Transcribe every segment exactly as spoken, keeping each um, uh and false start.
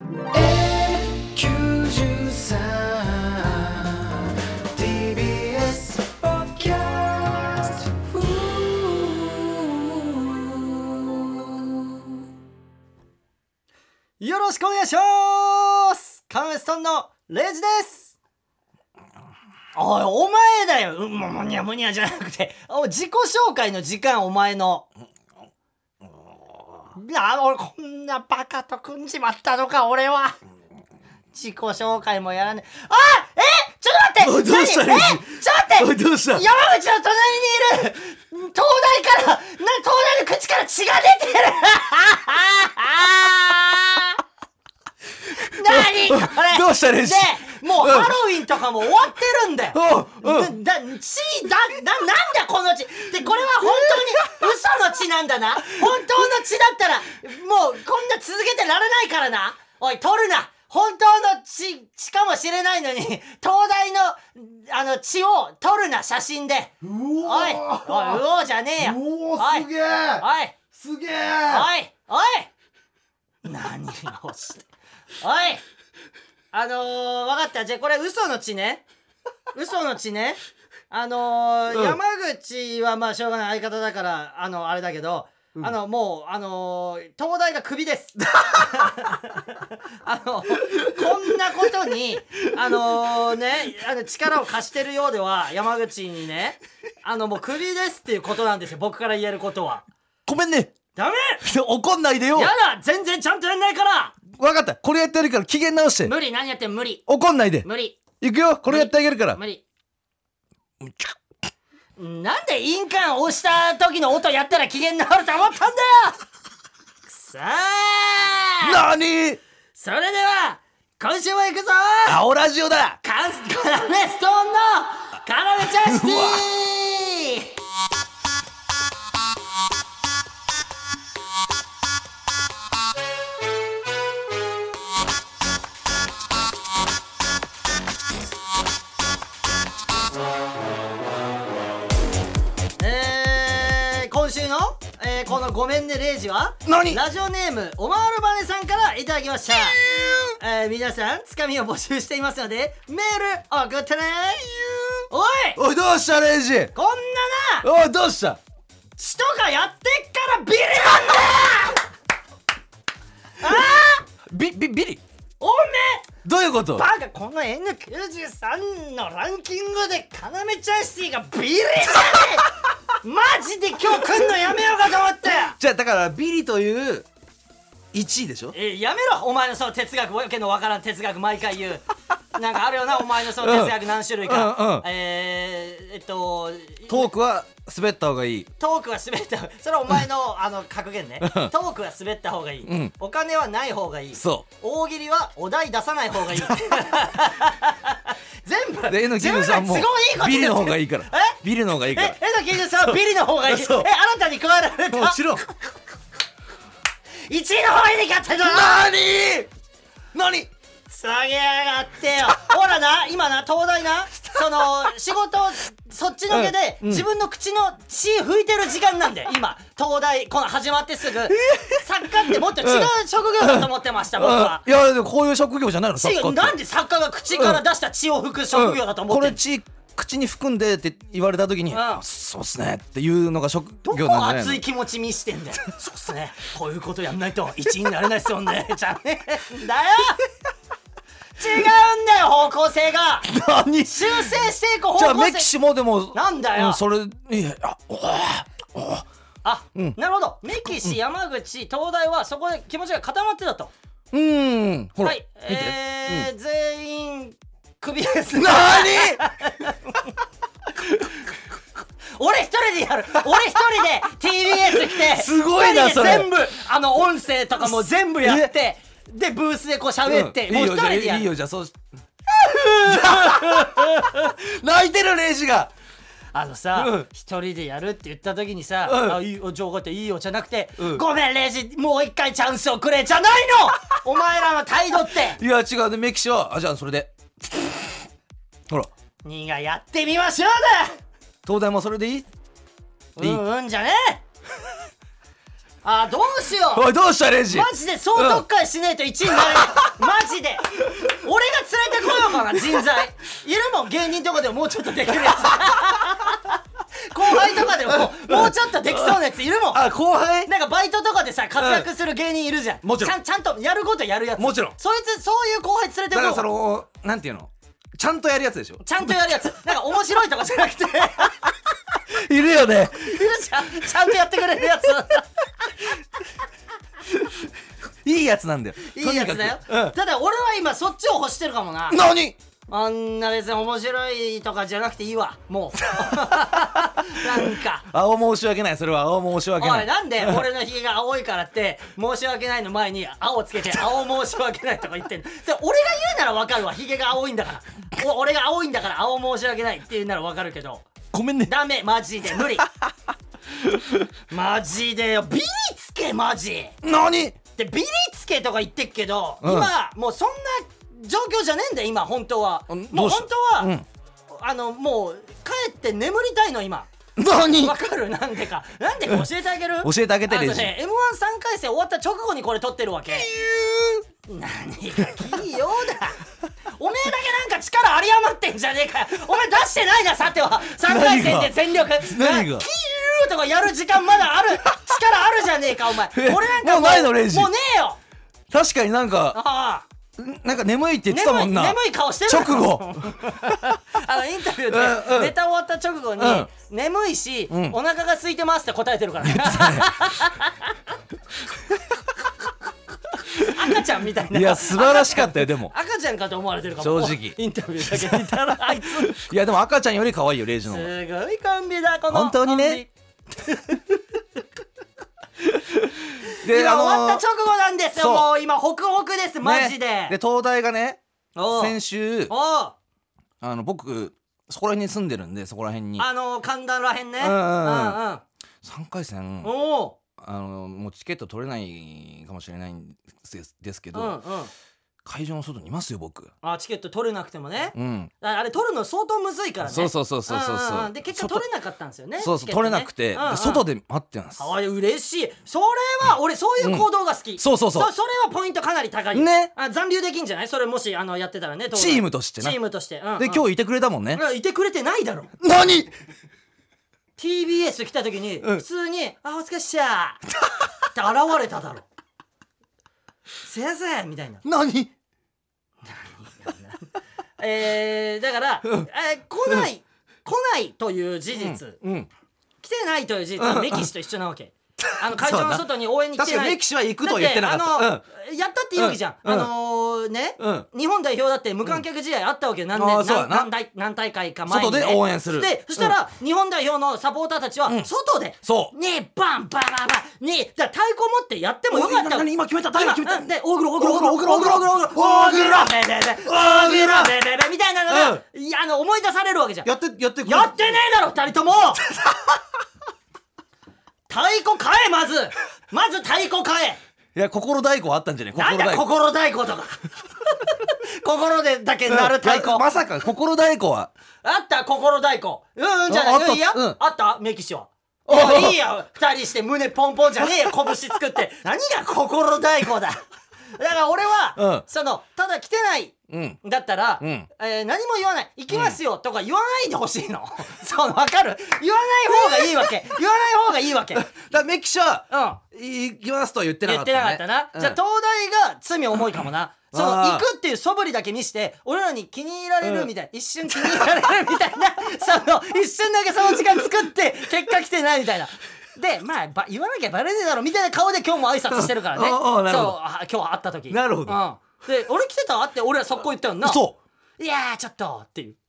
きゅうじゅうさん ティービーエス ポッドキャスト。よろしくお願いします。カナメストーンのレイジです。おい、お前だよ。うん、もうむにゃむにゃじゃなくて、お自己紹介の時間、お前の。あ、俺こんなバカと組んじまったのか、俺は。自己紹介もやらねえ。あ、え、ちょっと待って。 どうしたレイジ。 え、ちょっと待って。 どうした。 山口の隣にいる東大から、な、東大の口から血が出てる。何これ。 どうしたレイジ。 で、もうハロウィンとかも終わってるんだよ。 うん、 だ、だ、血だ、な、なんだこの血。で、これは本当に嘘の血なんだな。本当の血だったら、もうこんな続けてられないからな。おい、取るな。本当の血、血かもしれないのに、東大の、あの、血を撮るな、写真で。 うおー。 おい、おい、うおーじゃねえよ。 うおー、すげえ。 おい、 すげえ。 おい、おい。何をして。おい。あのー、わかった。じゃあこれ嘘の血ね。嘘の血ね。あのーうん、山口はまあしょうがない相方だから、あの、あれだけど、うん、あの、もう、あのー、東大がクビです。あの、こんなことに、あのー、ね、あの、力を貸してるようでは、山口にね、あの、もうクビですっていうことなんですよ。僕から言えることは。 ごめんね。 ダメ怒んないでよ。 やだ全然ちゃんとやんないから。 わかった。これやってやるから機嫌直して。 無理。何やってん無理。 怒んないで。 無理。 いくよ。これやってあげるから。 無理。なんで印鑑押した時の音やったら機嫌直ると思ったんだよ。くそー。 なに。 それでは今週も行くぞ。 青ラジオだ。 カンスカナメストーンのカナメチャシティー。今週の、えー、このごめんねレイジは何ラジオネームおまわるばねさんからいただきました。えー、皆さんつかみを募集していますのでメール送ってね。おいおい、どうしたレイジ。 こんなな。 おい、どうした血とかやってっからビリなんだよ。あービビビリ。 おめどういうこと。 バカ、この エヌきゅうじゅうさん のランキングでカナメちゃんシティがビリじゃねえ。マジで今日来んのやめようかと思ったよ。 じゃあだからビリといういちいでしょ。 えー、やめろ。お前のその哲学わけのわからん哲学毎回言う。なんかあるよなお前のその哲学何種類か、うんうん、えー、えっとトークは滑った方がいい。 トークは滑った方がいい。それはお前のあの格言ね。トークは滑った方がいい、うん、お金はない方がいい。 そう大喜利はお題出さない方がいい。全部で エヌきゅうじゅうさん もビリの方がいいから。えビリの方がいいから。 え エヌきゅうじゅうさん はビリの方がいい。え新たに加えられた。 もちろんいちいの方がいいかってどう。 なになに下げやがってよ。ほらな今な東大なその仕事そっちのけで、うん、自分の口の血拭いてる時間なんだよ今。東大この始まってすぐ、作家ってもっと違う職業だと思ってました、僕は。 いやでもこういう職業じゃないの作家って。 なんで作家が口から出した血を拭く職業だと思ってんの、うん、 これ血口に含んでって言われた時に、うん、そうっすねっていうのが職業なんじゃないの。 どこ熱い気持ち見してんだよ。そうっすねこういうことやんないと一位になれないっすよね。じゃねえんだよ。違うんだよ方向性が。 何修正していく方向性。 じゃあメキシもでもなんだよ、うん、 それいやあおおあ、うん、なるほど。メキシ山口東大はそこで気持ちが固まってたと。 うーんほら、はい、 えーうん、全員クビです。 なに俺一人でやる。俺一人で ティービーエス 来てすごいなそれ。 全部あの音声とかも全部やってでブースでこう喋って、うん、もう一人でやる。 いいよじゃあそう泣いてるレイジが。 あのさ一、うん、人でやるって言った時にさ、うん、あいいよ情報っていいよじゃなくて、うん、ごめんレイジもう一回チャンスをくれじゃないの。お前らの態度って。 いや違うねメキシはあじゃあそれでほらにがやってみましょうだ。 東大もそれでいい？ うんうんじゃねえ。 あーどうしよう。 おいどうしたレイジ。 マジで総特会しねえといちいになれない、うん、マジで俺が連れてこようかな。人材いるもん、芸人とかでももうちょっとできるやつ後輩とかでももうちょっとできそうなやついるもん。 あ後輩なんかバイトとかでさ活躍する芸人いるじゃん、 うん、もちろんちゃんちゃんとやることやるやつ。 もちろんそいつそういう後輩連れてこよう。 だからそのなんていうのちゃんとやるやつでしょ。 ちゃんとやるやつなんか面白いとかじゃなくているよねいるじゃん、ちゃんとやってくれるやついいやつなんだよ。 いいやつだよ、 うん、 ただ俺は今そっちを欲してるかもな。 何あんな別に面白いとかじゃなくていいわもうなんか青申し訳ない。それは青申し訳ない。 おいなんで俺のひげが青いからって申し訳ないの前に青つけて青申し訳ないとか言ってんの。それ俺が言うならわかるわ、ひげが青いんだからお俺が青いんだから青申し訳ないって言うならわかるけど、 ごめんね。 ダメマジで無理マジでよ、ビリつけマジ何でビリつけとか言ってっけど、 うん、 今もうそんな状況じゃねえんだよ今本当は。もう本当は、うん、あのもう帰って眠りたいの今。 何わかる？なんでかなんでか教えてあげる教えてあげてレジ。 あとね エムワンさん 回戦終わった直後にこれ撮ってるわけ。何がキーようだおめえだけなんか力有り余ってんじゃねえかよ。お前出してないなさてはさんかい戦で全力何がキーとかやる時間まだある力あるじゃねえかお前。俺なんかもうもうないのレイジ。 もうねえよ。 確かになんかああなんか眠いって言ってたもんな。 眠い、眠い顔してる直後あのインタビューでネタ終わった直後に、うん、眠いし、うん、お腹が空いてますって答えてるからね赤ちゃんみたいな。 いや素晴らしかったよ。でも赤ちゃんかと思われてるかも正直インタビューだけ見たらあいついやでも赤ちゃんより可愛いよレイジの。 すごいコンビだこの本当にねで今終わった直後なんですよ。もう今ホクホクですマジで、 ね、で東大がね先週あの僕そこら辺に住んでるんで、そこら辺にあの神田らへんね、 うんうんうん、うん、さんかい戦おあのもうチケット取れないかもしれないんですですけど、 うんうん、 会場の外にいますよ僕。 あチケット取れなくてもね、 うん、 あれ取るの相当むずいからね。 そうそうそうそうそう、 うんうん、で結果取れなかったんですよね。 そうそう、ね、取れなくて、うんうん、外で待ってます。 あれ嬉しい。それは俺そういう行動が好き、 うん、そうそうそう、 そ, それはポイントかなり高いね。 あ残留できんじゃないそれ、もしあのやってたらね。 チームとしてな、 チームとして、うんうん、 で今日いてくれたもんね。 いてくれてないだろ。 何ティービーエス 来た時に、うん、普通に「あお疲れっしゃー」って現れただろすいませんみたいな。 何えー、だから、うん、えー、来ない、うん、来ないという事実、 うんうん、 来てないという事実はメキシと一緒なわけ。あの会場の外に応援に来てない。 確かにメキシは行くとは言ってなかった。 あの、うん、やったっていいわけじゃん、うん、あのー、ね、うん、日本代表だって無観客試合あったわけよ、何年、何, 何, 大何大会か前に、ね、 外で応援する。 でそしたら、うん、日本代表のサポーターたちは外で、 そう、 ねえバンバババねえ、だから太鼓持ってやってもよかった。 何今決めた、誰が決めた。 で大黒大黒大黒大黒大黒大黒大黒大黒大黒大黒みたいなのが、うん、いやあの思い出されるわけじゃん。 やってやってやってねえだろ二人とも太鼓買え、まずまず太鼓買え。 いや心太鼓あったんじゃねえ。 なんだ心太鼓とか心でだけ鳴る太鼓、 うん、まさか心太鼓はあった。心太鼓うんうんじゃない。あいや、うん、あったメキシは。いやいいや二人して胸ポンポンじゃねえよ拳作って何が心太鼓だだから俺は、うん、そのただ来てない、うん、だったら、うんえー、何も言わない行きますよ、うん、とか言わないでほしいのそう分かる。言わない方がいいわけ言わない方がいいわけだからメキシは、うん、行きますとは言ってなかった、ね、 言ってなかったな、うん、じゃあ東大が罪重いかもなその行くっていう素振りだけ見して俺らに気に入られるみたいな、うん、一瞬気に入られるみたいなその一瞬だけその時間作って結果来てないみたいなでまあ言わなきゃバレねえだろみたいな顔で今日も挨拶してるからねそう今日会った時なるほど、うん、 で俺来てたって俺は速攻言ったよな。 そういやーちょっとっていう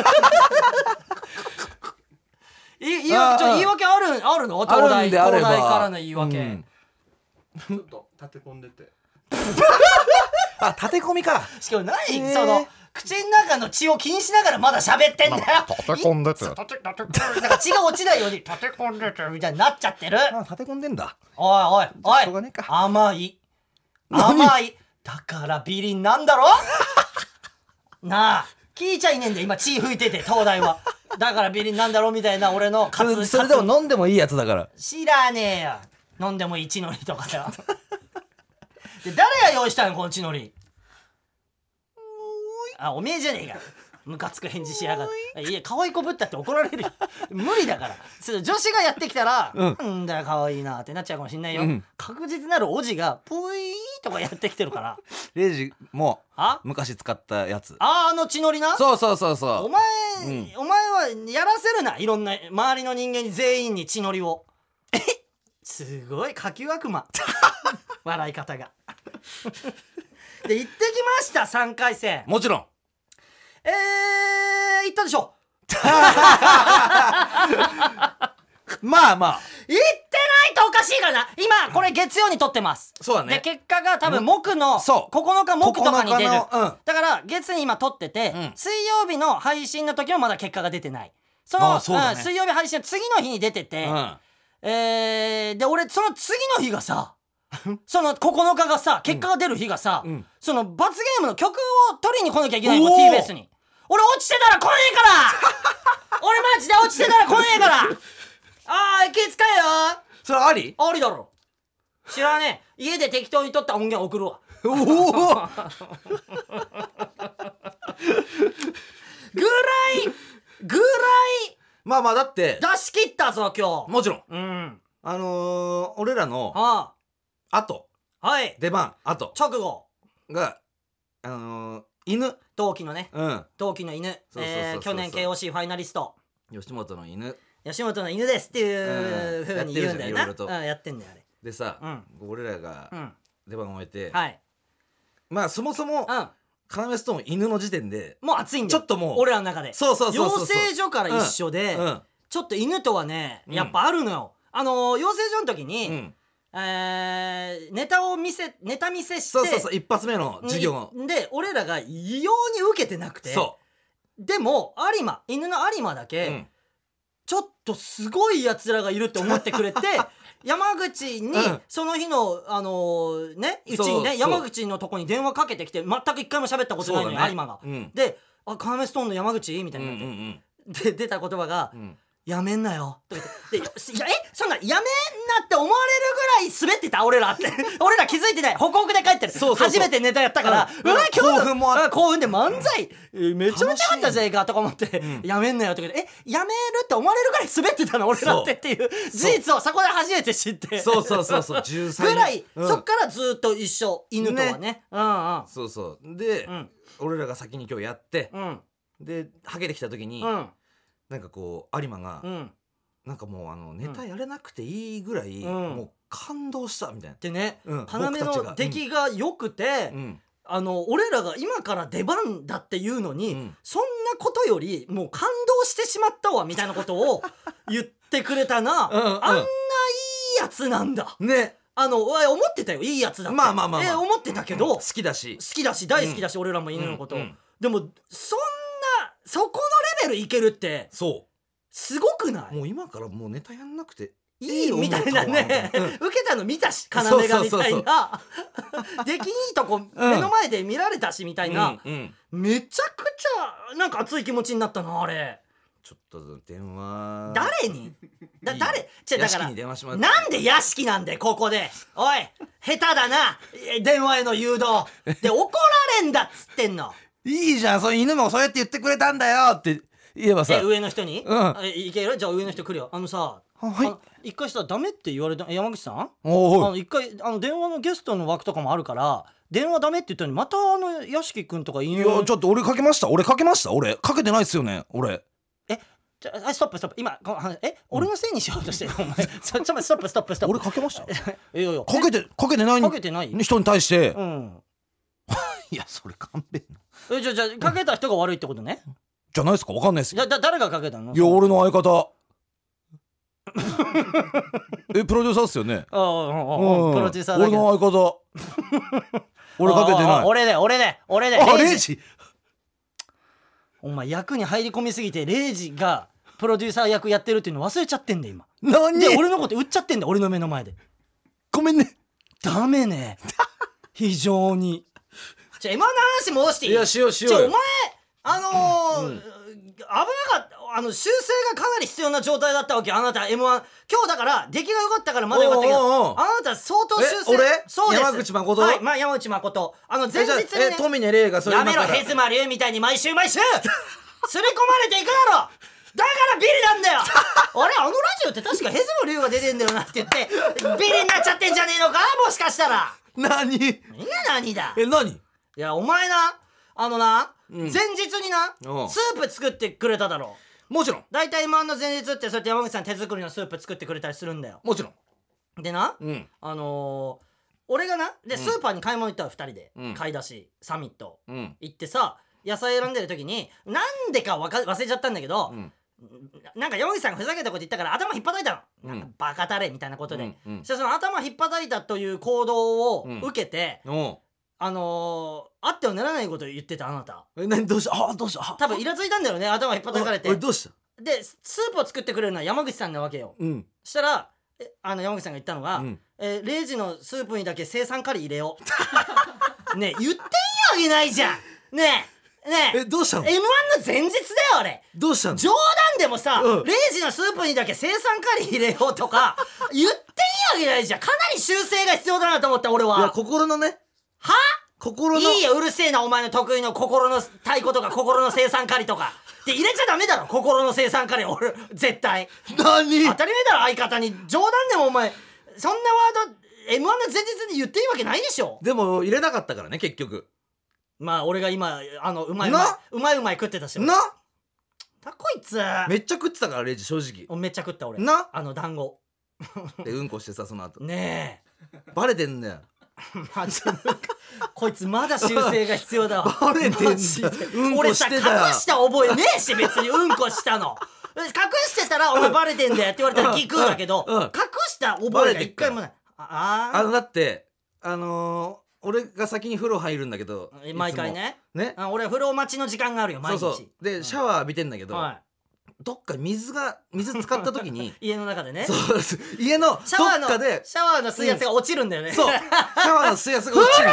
い言い訳ちょ言い訳あるあるの東大東大からの言い訳、うん、 ちょっと立て込んでてあ立て込みか。 しかも何、えー、その口の中の血を気にしながらまだ喋ってんだよ。 立て込んでてなんか血が落ちないように立て込んでてみたいになっちゃってる。 あ立て込んでんだ。 おいおいおい甘い甘いだからビリンなんだろなあ聞いちゃいねえんだよ今血吹いてて東大はだからビリンなんだろみたいな俺のカツそれでも飲んでもいいやつだから。 知らねえよ飲んでもいい血のりとかさで誰が用意したのこの血のり。あ、おめえじゃねえか。ムカつく返事しやがって。いや可愛い子ぶったって怒られるよ無理だから。女子がやってきたら、うん、うんだよ可愛いなってなっちゃうかもしんないよ、うん、確実なるおじがポイーとかやってきてるからレイジも昔使ったやつ。 ああ、あの血のりな。 そうそうそうそう。 お前、うん、お前はやらせるな、いろんな周りの人間に全員に血のりをえすごい下級悪魔笑い方がで行ってきましたさんかい戦。 もちろんえー、行ったでしょまあまあ行ってないとおかしいからな。今これ月曜に撮ってます。 そうだね。 で結果が多分木のここのか木とかに出る、うん、だから月に今撮ってて、うん、水曜日の配信の時はまだ結果が出てない。そのそうだね、うん、水曜日配信の次の日に出てて、うん、えー、で俺その次の日がさそのここのかがさ結果が出る日がさ、うん、その罰ゲームの曲を取りに来なきゃいけないの ティービーエス に。俺落ちてたら来ねえから俺マジで落ちてたら来ねえからあー気使えよ。 それあり？ ありだろ。知らねえ。家で適当に撮った音源送るわ。おおぐらいぐらいまあまあだって出し切ったぞ今日。 もちろん、 うん、 あのー、俺らのああと、 はい、 出番あと直後があのー、犬同期のね、 うん、 同期の犬、えー、去年 ケーオーシー ファイナリスト吉本の犬吉本の犬ですっていう風に言うんだよな。やってるじゃん、いろいろと。うん、やってんだよあれでさ、うん、俺らが出番を終えて、 うん、はい、 まあそもそも、うん、カナメストーン犬の時点でもう熱いんだよちょっともう俺らの中で。 そうそうそうそう養成所から一緒で、うんうん、ちょっと犬とはねやっぱあるのよ、うん、あの養成所の時に、うん、えー、ネタを見せネタ見せしてそうそうそう一発目の授業で俺らが異様に受けてなくて、そうでも有馬犬の有馬だけ、うん、ちょっとすごいやつらがいるって思ってくれて山口にその日のあのー、ねうちにね山口のとこに電話かけてきて全く一回も喋ったことないのよ、ね、有馬が、うん、で「あカナメストーンの山口?」みたいになって、うんうんうん、で出た言葉が、うんやめんなよとか言ってでいやえそんなやめんなって思われるぐらい滑ってた俺らって俺ら気づいてないホクホクで帰ってる。そうそうそう初めてネタやったから、うん、うわ今日興奮もあ興奮で漫才、えー、めちゃめちゃあったじゃねえかとか思って、うん、やめんなよとか言ってえやめるって思われるぐらい滑ってたの俺らってっていう事実をそこで初めて知ってそうそうそうそうじゅうさんぐらい、うん、そっからずっと一緒犬とはね、ねうんうん、 そうそうで、うん、俺らが先に今日やって、うん、でハゲてきた時に、うんなんかこう有馬が、うん、なんかもうあのネタやれなくていいぐらい、うん、もう感動したみたいな。 でね、要、うん、の出来が良くて、うん、あの俺らが今から出番だっていうのに、うん、そんなことよりもう感動してしまったわみたいなことを言ってくれたな。うん、うん、あんないいやつなんだ。ね。あの思ってたよいいやつだって。まあまあまあ、まあ、え思ってたけど、 好きだし好きだし大好きだし、俺らも犬のこと、でもそんなそこのレベルいけるってそうすごくない？ もう今からもうネタやんなくていいみたいなね、うん、受けたの見たし要がみたいな出来いいとこ目の前で見られたしみたいな、うんうん、めちゃくちゃなんか熱い気持ちになったなあれ。 ちょっと電話誰にだ誰ちだから屋敷に電話しまなんで屋敷なんでここでおい下手だな電話への誘導で怒られんだっつってんのいいじゃんその犬もそうやって言ってくれたんだよって言えばさえ上の人に、うん、えいけるじゃあ上の人来るよあのさはい一回さダメって言われた山口さんおあの一回あの電話のゲストの枠とかもあるから電話ダメって言ったのにまたあの屋敷くんとか犬いやちょっと俺かけました俺かけました俺かけてないっすよね俺えちょあストップストップ今え、うん、俺のせいにしようとしてるお前ちょっとストップストップストップ俺かけましたいやいやかけてかけてないかけてない人に対してうんいやそれ勘弁えじゃあじゃあかけた人が悪いってことねじゃないですかわかんないですだだ誰がかけたのいや俺の相方えプロデューサーっすよねああプロデューサーだけど俺の相方俺かけてない俺で俺で俺であレイジお前役に入り込みすぎてレイジがプロデューサー役やってるっていうの忘れちゃってんだよ今何で俺のこと売っちゃってんだよ俺の目の前でごめんねダメね非常にじゃあ エムワン の話戻していいいやしようしようじゃあお前あのーうん、危なかったあの修正がかなり必要な状態だったわけよあなた エムワン 今日だから出来が良かったからまだよかったけど、おうおうおう、あなた相当修正。 え俺そうです。 山口誠、 はい、まあ、山口誠あの前日にね、 え富根玲がそれやめろヘズマリュウみたいに毎週毎週すり込まれていくだろだからビリなんだよあれあのラジオって確かヘズマリュウが出てんだよなって言ってビリになっちゃってんじゃねえのかもしかしたら。 何何が何だ。 え何いやお前なあのな、うん、前日になうんスープ作ってくれただろ。 もちろん。 大体 エムワン の前日ってそうやって山口さん手作りのスープ作ってくれたりするんだよ。 もちろん。 でな、 うん、 あのー、俺がなで、うん、スーパーに買い物行ったらふたりで、 うん、 買い出しサミット、うん、行ってさ野菜選んでる時になんでかわか忘れちゃったんだけど、うん、なんか山口さんがふざけたこと言ったから頭引っ叩いたの、うん、なんかバカタレみたいなことで、うんうん、そしてその頭引っ叩いたという行動を受けて、うん、あのー、あってはならないことを言ってたあなた。 え何どうしたあどうした多分イラついたんだよね頭引っ叩かれて。 えどうしたでスープを作ってくれるのは山口さんなわけよ、うん、そしたらえあの山口さんが言ったのが、うんえー、れいじのスープにだけ生酸カリ入れようねえ言っていいわけないじゃんねえねええどうしたのエムワン の前日だよあれ。 どうしたの冗談でもさ、うん、れいじのスープにだけ生酸カリ入れようとか言っていいわけないじゃん。かなり修正が必要だなと思って俺は。 いや心のねは心のいいようるせえなお前の得意の心の太鼓とか心の生酸カリとかで入れちゃダメだろ心の生産カレー俺絶対何当たり前だろ相方に。冗談でもお前そんなワード エムワン の前日に言っていいわけないでしょ。 でも入れなかったからね結局。 まあ俺が今あのうまいうまいうまいうまい食ってたしなだこいつめっちゃ食ってたからレイジ正直めっちゃ食った俺なあの団子でうんこしてさその後ねえバレてんだよマジでこいつまだ修正が必要だわバレてんだようんこしてたよ。 俺さ隠した覚えねえし別にうんこしたの隠してたらお前バレてんだよって言われたら聞くんだけど、うんうん、隠した覚えが一回もない。 あああのだってあのー俺が先に風呂入るんだけど毎回ねねあ俺風呂待ちの時間があるよ毎日。 そうそうでシャワー浴びてんだけど、はい、どっか水が水使った時に家の中でねそう家のどっかでシャワーの水圧が落ちるんだよね、 うん、そうシャワーの水圧が落ちる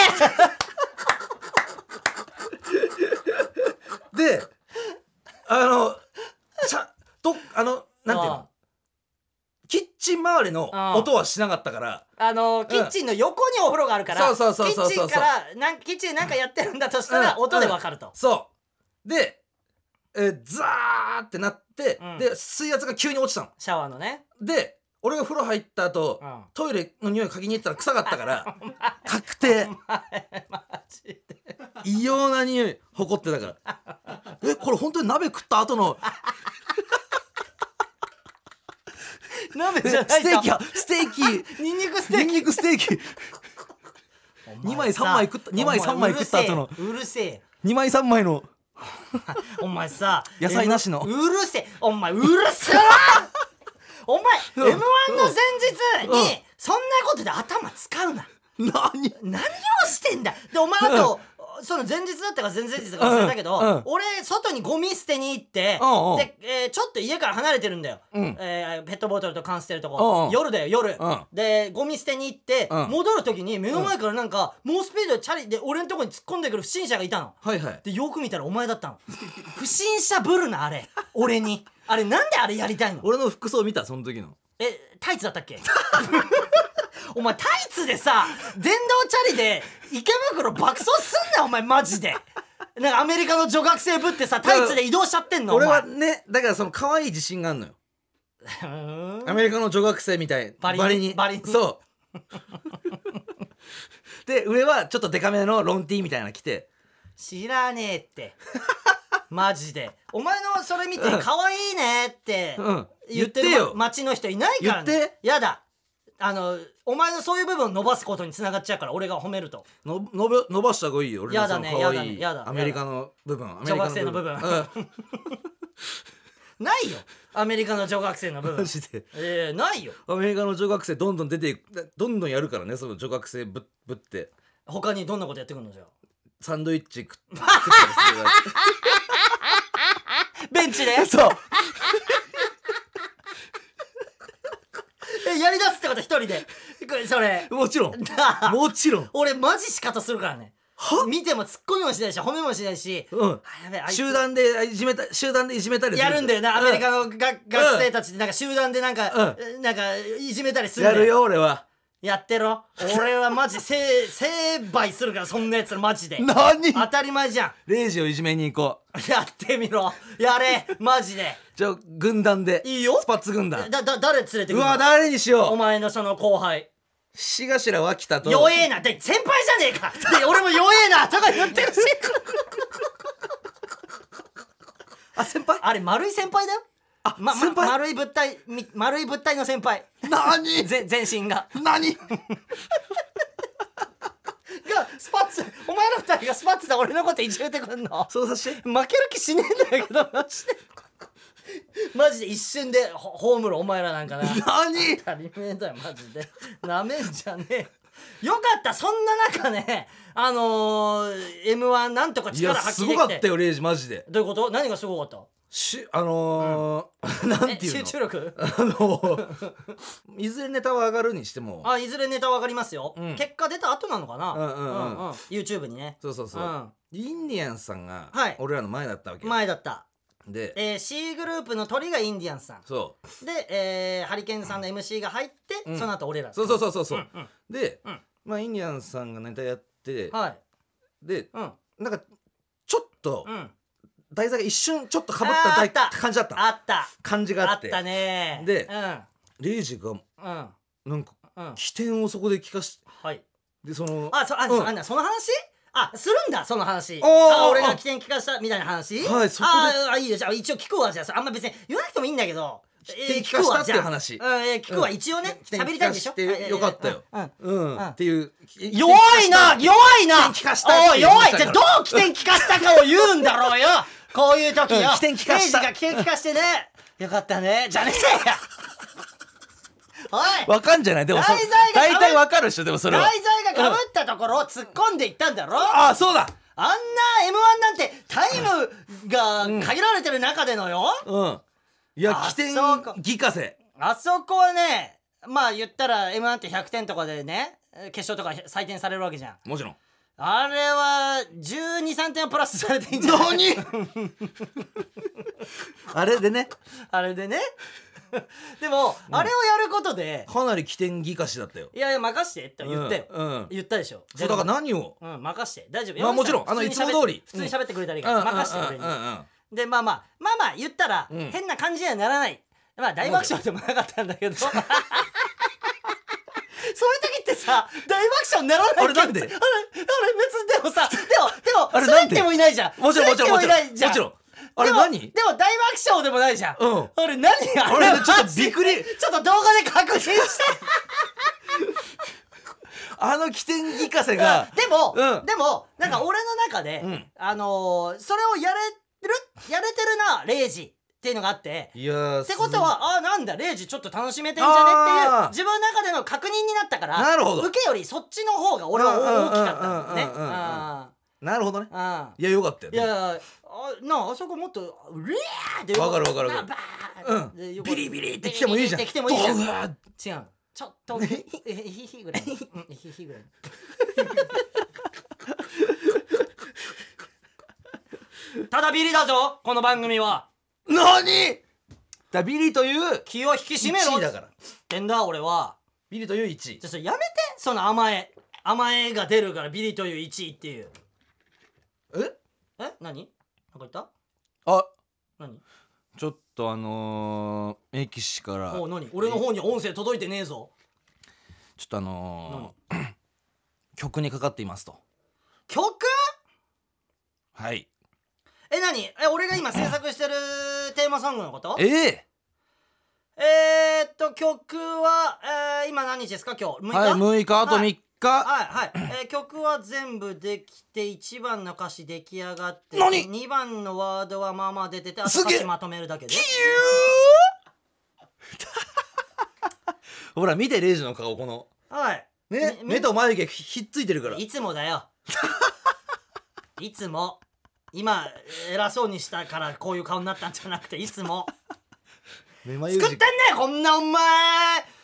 であのしゃどあのなんていうのキッチン周りの音はしなかったからあのキッチンの横にお風呂があるから、 そうそうそうそうそうキッチンからなんキッチンなんかやってるんだとしたら音でわかると、 うんうん、そうで、えー、ザーってなって、うん、で水圧が急に落ちたのシャワーのね。 で俺が風呂入った後、うん、トイレの匂い嗅ぎに行ったら臭かったから確定マジで異様な匂い誇ってたからえこれ本当に鍋食った後の鍋じゃないステーキステーキニンニクステーキニンニクステーキにまいさんまい食ったにまいさんまい食った後のうるせえにまいさんまいのお前さ野菜なしのうるせえお前うるせえお前 エムワン の前日に、うん、そんなことで頭使うな。 何何をしてんだでお前あと、うん、その前日だったか前々日だか忘れたけど、うんうん、俺外にゴミ捨てに行って、うんうん、で、えー、ちょっと家から離れてるんだよ、うんえー、ペットボトルと缶捨てるとこ、うんうん、夜だよ夜、うん、でゴミ捨てに行って、うん、戻る時に目の前からなんか、うん、猛スピードでチャリで俺のとこに突っ込んでくる不審者がいたの、 はいはい、 でよく見たらお前だったの不審者ぶるなあれ俺にあれなんであれやりたいの。 俺の服装見たその時のえタイツだったっけお前タイツでさ電動チャリで池袋爆走すんなお前マジでなんかアメリカの女学生ぶってさタイツで移動しちゃってんの。 俺はねだからその可愛い自信があんのよアメリカの女学生みたいバリバリにバリにそうで上はちょっとデカめのロンティーみたいなの着て知らねえってマジでお前のそれ見て可愛いねって言ってる、うん、言ってよ街の人いないからね。 言ってやだあのお前のそういう部分を伸ばすことにつながっちゃうから俺が褒めるとの伸ば伸ばした方がいいよ。俺のその可愛いやだねやだねやだアメリカの部分女学生の部分、うん、ないよアメリカの女学生の部分マジで、 えー、ないよ。 アメリカの女学生どんどん出ていくどんどんやるからねその女学生ぶぶって他にどんなことやってくるのじゃあサンドイッチ食ったりするベンチでそうえやりだすってこと一人でそれもちろんもちろん俺マジ仕方するからね見てもツッコミもしないし褒めもしないし、 うん、 あやべえあいつ集団でいじめた集団でいじめたりするやるんだよな、アメリカのが、学生たちでなんか集団でなんか、うん、なんかいじめたりするんだよ。 やるよ俺は。 やってろ。俺はマジ成敗するから、そんなやつらマジで。 何当たり前じゃん。 レイジをいじめに行こう。やってみろ。やれマジで。 じゃあ軍団でいいよ。 スパッツ軍団。 だだ誰連れてくるの？ うわ誰にしよう。 お前のその後輩。 しがしら脇田と。 弱えな。で先輩じゃねえか。で俺も弱えなとか言ってるし。 あ先輩？ あれ丸い先輩だよ。あ、ま、先輩、ま、丸い物体み丸い物体の先輩。 何？ ぜ全身が何？がスパッツ、お前の二人がスパッツで俺のこといじめてくんの？ そうさして。 負ける気しねえんだけどマジでマジで一瞬でホームルお前らなんかな。 何？ 当たり前だよマジで。なめんじゃねえよかった。そんな中ね、あのー、エムワン なんとか力発揮できて。 いやすごかったよレイジマジで。 どういうこと？何がすごかった？ しあのーうん、なんていうの集中力あのー、いずれネタは上がるにしてもあいずれネタは上がりますよ、うん、結果出た後なのかな、 うんうんうんうんうん、YouTube にね。 そうそうそう、うん、インディアンスさんが俺らの前だったわけよ。 前だったで、 えー、C グループの鳥がインディアンスさんそうで、えー、ハリケーンさんの エムシー が入って、うん、その後俺らそうそうそうそうそう、うんうん、で、 うん、 まあインディアンスさんがネタやって、 はい、 で、 うん、 なんかちょっと、うん題材が一瞬ちょっとかぶった感じだったあった感じがあってあったねで、 うん、 レイジが、うん、なんか、うん、起点をそこで聞かし、 はい、 でそのあそあ、うん、あその話あするんだその話あ俺が起点聞かしたみたいな話はいそこであいいよじゃあ一応聞くわじゃああんま別に言わなくてもいいんだけど起点聞かしたっていう話、 えー、聞くわ、うんえー、聞くわ、うん、一応ね喋りたいんでしょってよかったようん、うんうん、っていう弱いな弱いな起点聞かしたおい弱いじゃあどう起点聞かしたかを言うんだろうよこういう時よ、 うん、起点聞かしたレイジが起点聞かしてねよかったねじゃねえやおいわかんじゃないでも題材が大体わかるでしょでもそれは題材がかぶったところを突っ込んでいったんだろ、うん、 ああそうだあんな エムワン なんてタイムが限られてる中でのようんいや起点ギカセあそこはねまあ言ったら エムワン ってひゃくてんとかでね決勝とか採点されるわけじゃんもちろんあれはじゅうに、さんてんはプラスされていいんじゃない何あれでねあれでねでも、うん、あれをやることでかなり起点ぎかしだったよいやいや任してって言ってよ、うんうん、言ったでしょそうだから何をうん任して大丈夫まあもちろんあのいつも通り普通に喋ってくれたらいいから、うん、任して俺に、うんうんうん、でまあまあまあまあ言ったら、うん、変な感じにはならないまあ大爆笑でもなかったんだけどそういう時ってさ大爆笑にならないあれなんであれあれ別にでもさでもでもあれ滑ってもいないじゃんもちろんもちろんもちろんもちろんあれ何でも大爆笑でもないじゃん、 うん、 あれ何あれちょっとびっくりちょっと動画で確認してあの起点ぎかせが、 うん、でも、うん、でもなんか俺の中で、うん、あのー、それをやれるやれてるなレイジっていうのがあっていやってことはあなんだレイジちょっと楽しめてんじゃねっていう自分の中での確認になったからなるほど受けよりそっちの方が俺は大きかったんだねなるほどねいやよかったよいやあなあそこもっとリャーってわかるわかるわかる、うん、ビリビリって来てもいいじゃん来てもいいじゃん違うちょっとヒヒヒぐらいヒヒぐらいただビリだぞこの番組は何だビリという気を引き締めろいちいだからってんだ俺はビリといういちいじゃそれやめてその甘え甘えが出るからビリといういちいっていうええ何なんか言ったあ何ちょっとあのー、メキシからお何俺の方に音声届いてねえぞちょっとあのー、曲にかかっていますと曲はいえ何え俺が今制作してるテーマソングのことえええー、っと曲は、えー、今何日ですか今日むいかはいむいかあとみっかはいはい、はいえー、曲は全部できていちばんの歌詞出来上がって何にばんのワードはまあまあ出ててあと歌詞まとめるだけでほら見てレイジの顔このはいね目と眉毛ひっついてるからいつもだよいつも今偉そうにしたからこういう顔になったんじゃなくていつも作ってんねこんなお前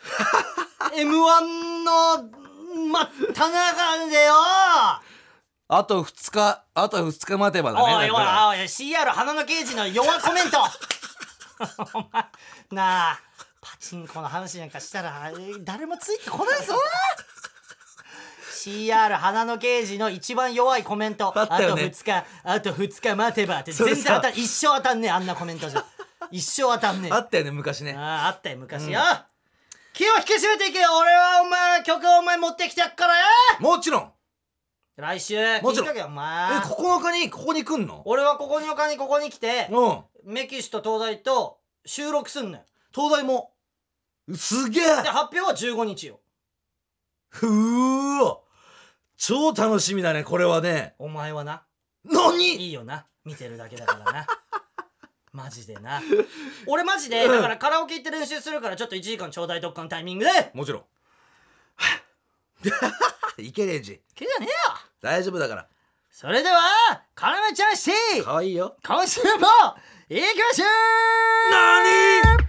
エムワン の真った中でよあとふつかあとふつか待てばだね。 おいおいおい シーアール 花の刑事の弱コメントお前なあパチンコの話なんかしたら誰もついてこないぞシーアール 花の刑事の一番弱いコメント あ, あとふつかあとふつか待てばって全然当たん一生当たんねえあんなコメントじゃ一生当たんねえあったよね昔ね。 あああったよ昔よ、うん、気を引き締めていけよ。俺はお前曲をお前持ってきてやっからよ。 もちろん来週もちろん聞いとけよお前。 えここのかにここに来んの？ 俺はここのかにここに来て、 うん、 メキシと東大と収録すんのよ。 東大もすげえ。 で発表はじゅうごにちよ。 ふーわ超楽しみだねこれはね。 お前はな何いいよな見てるだけだからなマジでな俺マジでだからカラオケ行って練習するからちょっといちじかんちょうだいどっかのタイミングで。 もちろんいけレイジけじゃねえよ大丈夫だから。 それではカナメちゃんシーかわいいよ今週も行きましょう。 なに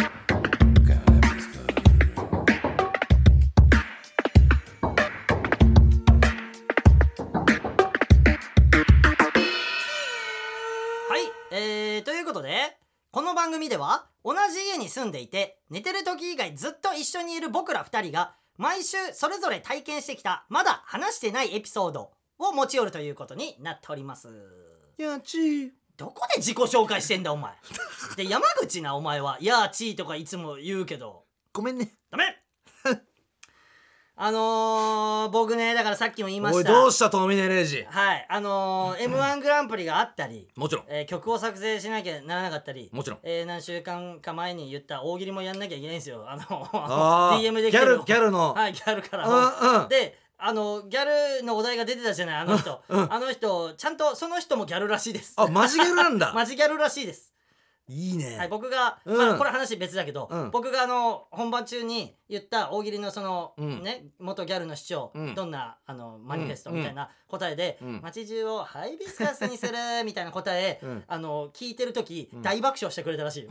この番組では同じ家に住んでいて寝てる時以外ずっと一緒にいる僕らふたりが毎週それぞれ体験してきたまだ話してないエピソードを持ち寄るということになっております。 やちーどこで自己紹介してんだお前で山口なお前はやーちーとかいつも言うけどごめんねダメあのー、僕ねだからさっきも言いました。 おいどうしたトミネレイジ。 はいあのー、エムワン グランプリがあったりもちろん、 えー、曲を作成しなきゃならなかったりもちろん、 えー、何週間か前に言った大喜利もやんなきゃいけないんですよ。あのあディーエム で来てるギャルギャルのはいギャルからうんうんであのギャルのお題が出てたじゃないあの人、 うんうん、 あの人ちゃんとその人もギャルらしいです。 あマジギャルなんだマジギャルらしいです。 いいね、 はい、僕が、 うんまあ、これ話別だけど、 うん、 僕があの本番中に言った大喜利のその、 うん、 ね元ギャルの主張、うん、どんなあのマニフェストみたいな答えで、うん、街中をハイビスカスにするみたいな答え、うん、あの聞いてる時、うん、大爆笑してくれたらしいよ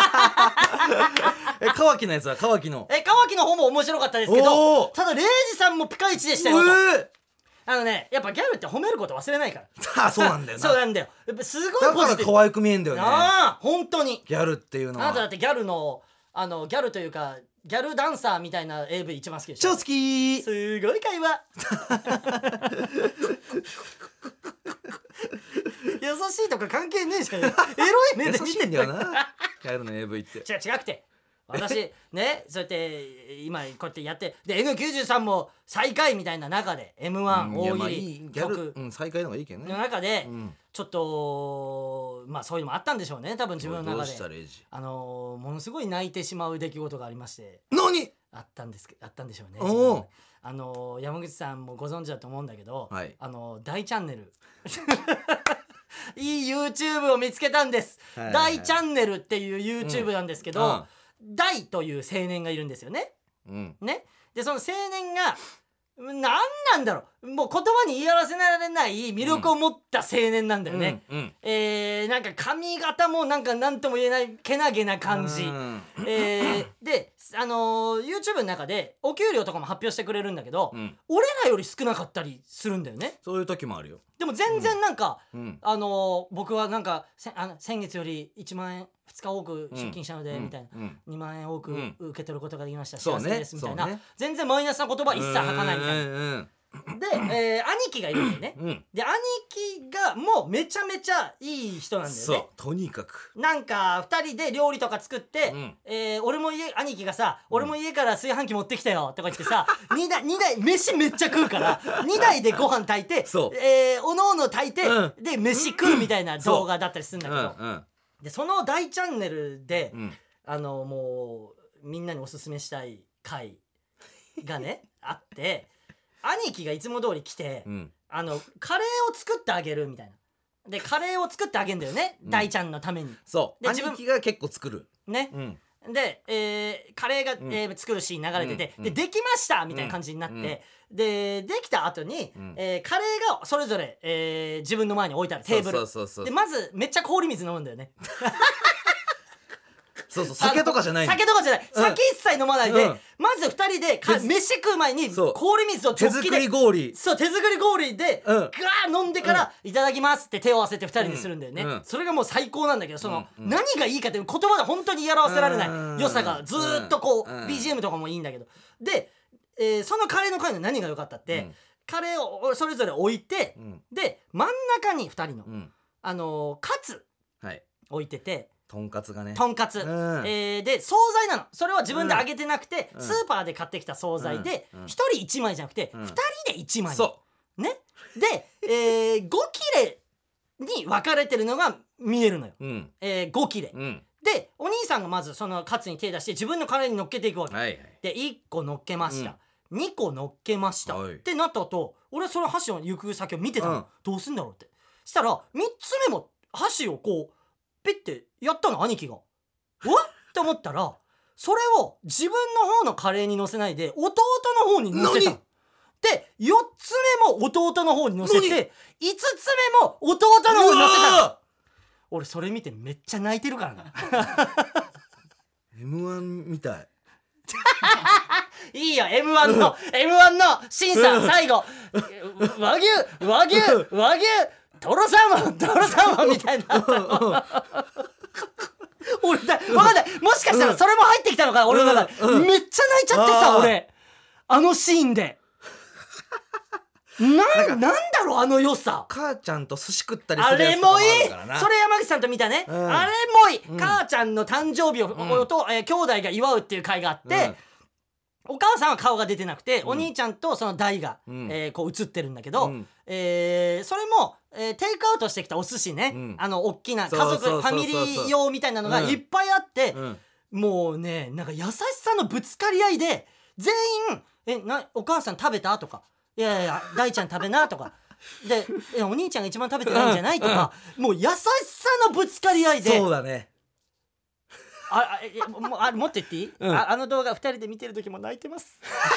えカワキのやつはカワキのえカワキの方も面白かったですけどただレイジさんもピカイチでしたよと、えーあのねやっぱギャルって褒めること忘れないからあそうなんだよなそうなんだよやっぱすごいポジティブだから可愛く見えんだよねああ本当にギャルっていうのはあなただってギャルのあのギャルというかギャルダンサーみたいな エーブイ 一番好きでしょ。 超好きすごい会話優しいとか関係ねえじゃんエロい目で見てんだよなギャルの エーブイ って違う違くて私ねそうやって今こうやってやってで エヌきゅうじゅうさん も最下位みたいな中で エムワン 大喜利曲うん最下位の方がいいけどねの中でちょっとまあそういうのもあったんでしょうね多分自分の中であのものすごい泣いてしまう出来事がありまして何あったんですあったんでしょうね。あの山口さんもご存知だと思うんだけど、はい、あの大チャンネルいい YouTube を見つけたんです、はいはいはい、大チャンネルっていう YouTube なんですけど、うんうん大という青年がいるんですよね。うん、ねでその青年が何なんだろうもう言葉に言い表せられない魅力を持った青年なんだよね。うんうん、えー、なんか髪型もなんか何とも言えないけなげな感じ。えー、で、あのー、YouTube の中でお給料とかも発表してくれるんだけど、うん、俺らより少なかったりするんだよね。 そういう時もあるよ。 でも全然なんか、うん、あのー、僕はなんかせあの先月よりいちまんえんふつか多く出勤したので、うん、みたいな、うん、にまんえん多く受け取ることができました、うん、幸せですみたいな、ね、全然マイナスな言葉一切吐かないみたいな。で、えー、兄貴がいるんだよね、うん、で兄貴がもうめちゃめちゃいい人なんだよね。 そうとにかくなんかふたりで料理とか作って、うんえー、俺も家兄貴がさ、うん、俺も家から炊飯器持ってきたよとか言ってさにだいにだい飯めっちゃ食うからにだいでご飯炊いてそう、えー、おのおの炊いて、うん、で飯食うみたいな動画だったりするんだけど、うんうん、でその大チャンネルで、うん、あのもうみんなにおすすめしたい回がねあって兄貴がいつも通り来て、うん、あのカレーを作ってあげるみたいなでカレーを作ってあげるんだよね、うん、大ちゃんのために。 そうで兄貴が結構作るね、うん、で、えー、カレーが、うんえー、作るシーン流れてて、うん、でできましたみたいな感じになって、うん、でできた後に、うんえー、カレーがそれぞれ、えー、自分の前に置いてあるテーブルでまずめっちゃ氷水飲むんだよねそうそう酒とかじゃないの酒とかじゃない、 うん酒一切飲まないで、 うんまずふたりでか手飯食う前にそう氷水をジョッキで手作り氷そう手作り氷でガうんー飲んでから「いただきます」って手を合わせてふたりでするんだよね、 うんうんそれがもう最高なんだけどその、 うんうん何がいいかっていう言葉で本当に言い表せられないうん良さがずーっとこう、 うんビージーエム とかもいいんだけどで、えーそのカレーの回の何が良かったって、 うんカレーをそれぞれ置いて、 うんで真ん中にふたりの、 うんあのーカツはい置いててとんかつがねとんかつ、 うんえーで惣菜なのそれは自分で揚げてなくて、 うんスーパーで買ってきた惣菜で、 うんうんひとりいちまいじゃなくて、 うんふたりでいちまいそねで、えー、ご切れに分かれてるのが見えるのよ、 ううんえー、ご切れ、 うんでお兄さんがまずそのカツに手出して自分のカレーに乗っけていくわけ、 はいはいでいっこ乗っけました、にこ乗っけました、 はいってなった後俺その箸の行く先を見てたの、 うんどうすんだろうってしたらみっつめも箸をこうピッてやったの兄貴がわっって思ったらそれを自分の方のカレーに乗せないで弟の方に乗せたの何でよっつめも弟の方に乗せていつつめも弟の方に乗せたのうわ俺それ見てめっちゃ泣いてるからなー エムワン みたいいいよ エムワン の エムワン の審査最後和牛和牛和牛トロサーモントロサーモンみたいになったの俺だ分かんないもしかしたらそれも入ってきたのか俺の中でうんうんめっちゃ泣いちゃってさあー俺あのシーンでなんなんだろうあの良さ母ちゃんと寿司食ったりすあるやつとかもあれもいいるからなそれ山口さんと見たね、 うんあれもいい、 うん母ちゃんの誕生日を、 うんと、えー兄弟が祝うっていう会があって、お母さんは顔が出てなくて、 うんお兄ちゃんとその大が、 うんえーこう映ってるんだけど、 うんえーそれも、えーテイクアウトしてきたお寿司ね、 うんあの大きな家そう族そうそうそうファミリー用みたいなのがうんいっぱいあって、 うんもうねなんか優しさのぶつかり合いで全員「えなお母さん食べた?」とか「いやいやいや大ちゃん食べな」とか。でえお兄ちゃんが一番食べてないんじゃないとか、もう優しさのぶつかり合いでそうだねああえもうあもっと言っていい、 うんああの動画ふたりで見てる時も泣いてます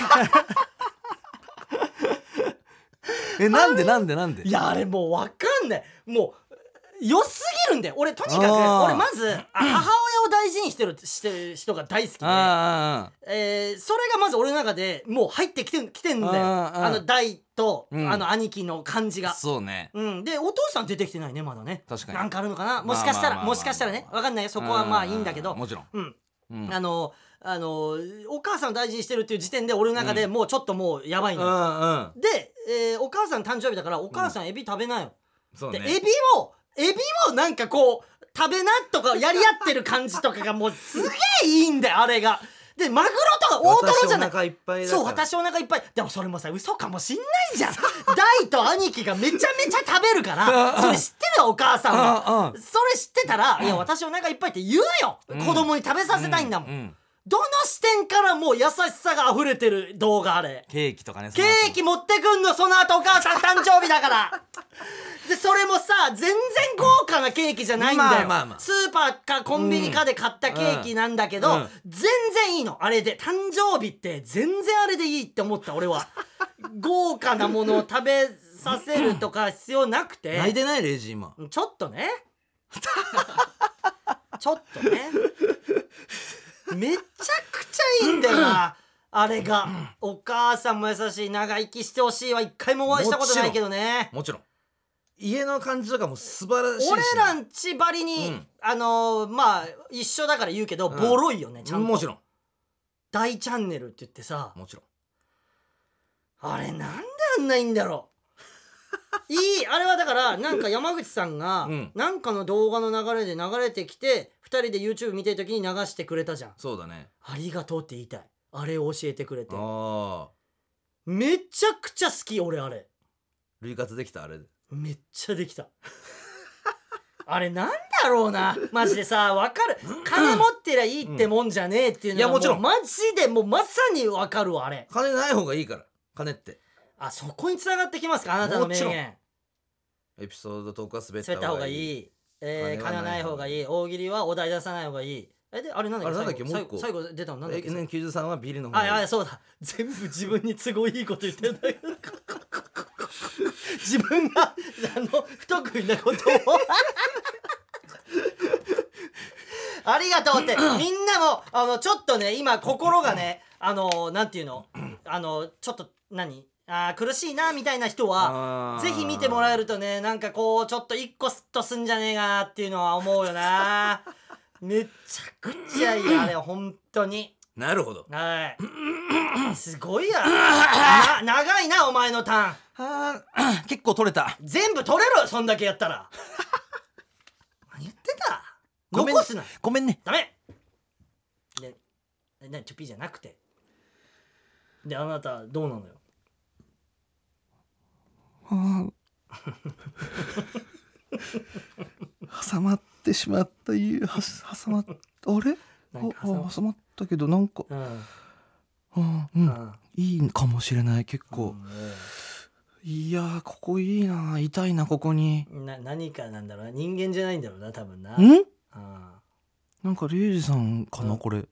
えなんでなんでなんでいやあれもう分かんないもう良すぎるんだよ俺とにかくあー俺まずあ母親を大事にしてるしてる人が大好きで、 あえーそれがまず俺の中でもう入ってきてんきてんだよあーあの大と、 うんあの兄貴の感じあが。 そうねうん、でお父さん出てきてないねまだね確かになんかあるのかなもしかしたらまあまあまあまあもしかしたらね分かんないよそこはまあいいんだけどもちろんうんうんあのあのお母さんを大事にしてるっていう時点で俺の中でもうちょっともうやばいの、 うんうんで、えーお母さん誕生日だからお母さんエビ食べなよ、 そうねでエビをエビをなんかこう食べなとかやり合ってる感じとかがもうすげえいいんだよあれがでマグロとか大トロじゃない私お腹いっぱいだからそう私お腹いっぱいでもそれもさ嘘かもしんないじゃん大と兄貴がめちゃめちゃ食べるからそれ知ってるよお母さんはうんうんそれ知ってたらいや私お腹いっぱいって言うよ、 うん子供に食べさせたいんだもん、 ううどの視点からもう優しさが溢れてる動画あれケーキとかねケーキ持ってくんのその後お母さん誕生日だからでそれもさ全然豪華なケーキじゃないんだよ、 まあまあまあスーパーかコンビニかで買ったケーキなんだけど、 うんうん全然いいのあれで誕生日って全然あれでいいって思った俺は豪華なものを食べさせるとか必要なくて泣いてないレイジ今ちょっとねちょっとねめちゃくちゃいいんだよなあれがお母さんも優しい長生きしてほしいは一回もお会いしたことないけどねもちろん家の感じとかも素晴らしいし俺らんちばりに、 うんああのー、まあ一緒だから言うけど、 うんボロいよねちゃんともちろん大チャンネルって言ってさもちろんあれなんであんないいんだろういいあれはだからなんか山口さんが、 うんなんかの動画の流れで流れてきてふたりで YouTube 見てる時に流してくれたじゃんそうだねありがとうって言いたいあれを教えてくれてああめちゃくちゃ好き俺あれ類活できたあれめっちゃできたあれなんだろうなマジでさ分かる金持ってりゃいいってもんじゃねえっていうのがいやもちろんうマジでもうまさに分かるわあれ金ない方がいいから金ってあそこに繋がってきますかあなたの名もちろん言エピソードトークは滑っ滑ったた方がい方がいいいえー、金はない方がいい大喜利はお題出さない方がいいえであれなんだっけあれなんだっけ最後もう一個最後最後出たのなんだっけえねきゅうじゅうさんはビリの方あがいいいやそうだ全部自分に都合いいこと言ってるんだけど自分があの不得意なことをありがとうりがとうってみんなもあのちょっとね今心がねあのなんていうのあのちょっと何あ苦しいなみたいな人はぜひ見てもらえるとねなんかこうちょっと一個スッとすんじゃねえかなっていうのは思うよなめちゃくちゃいいあれ本当に。 なるほど。 はいすごいやな長いなお前のターン。 あ結構取れた。 全部取れろそんだけやったら何言ってた。 ごめん残すな。 ごめんね。 ダメでなチュピじゃなくてであなたどうなのよ。 挟まってしまったいうは挟まっあれなんか挟ま挟まったけどなんかうんあうん、 うん、 いいかもしれない結構、 うん、 いやーここいいな痛いなここにな何かなんだろうな人間じゃないんだろうな多分な。 んあなんかレイジさんかな、 うんこれ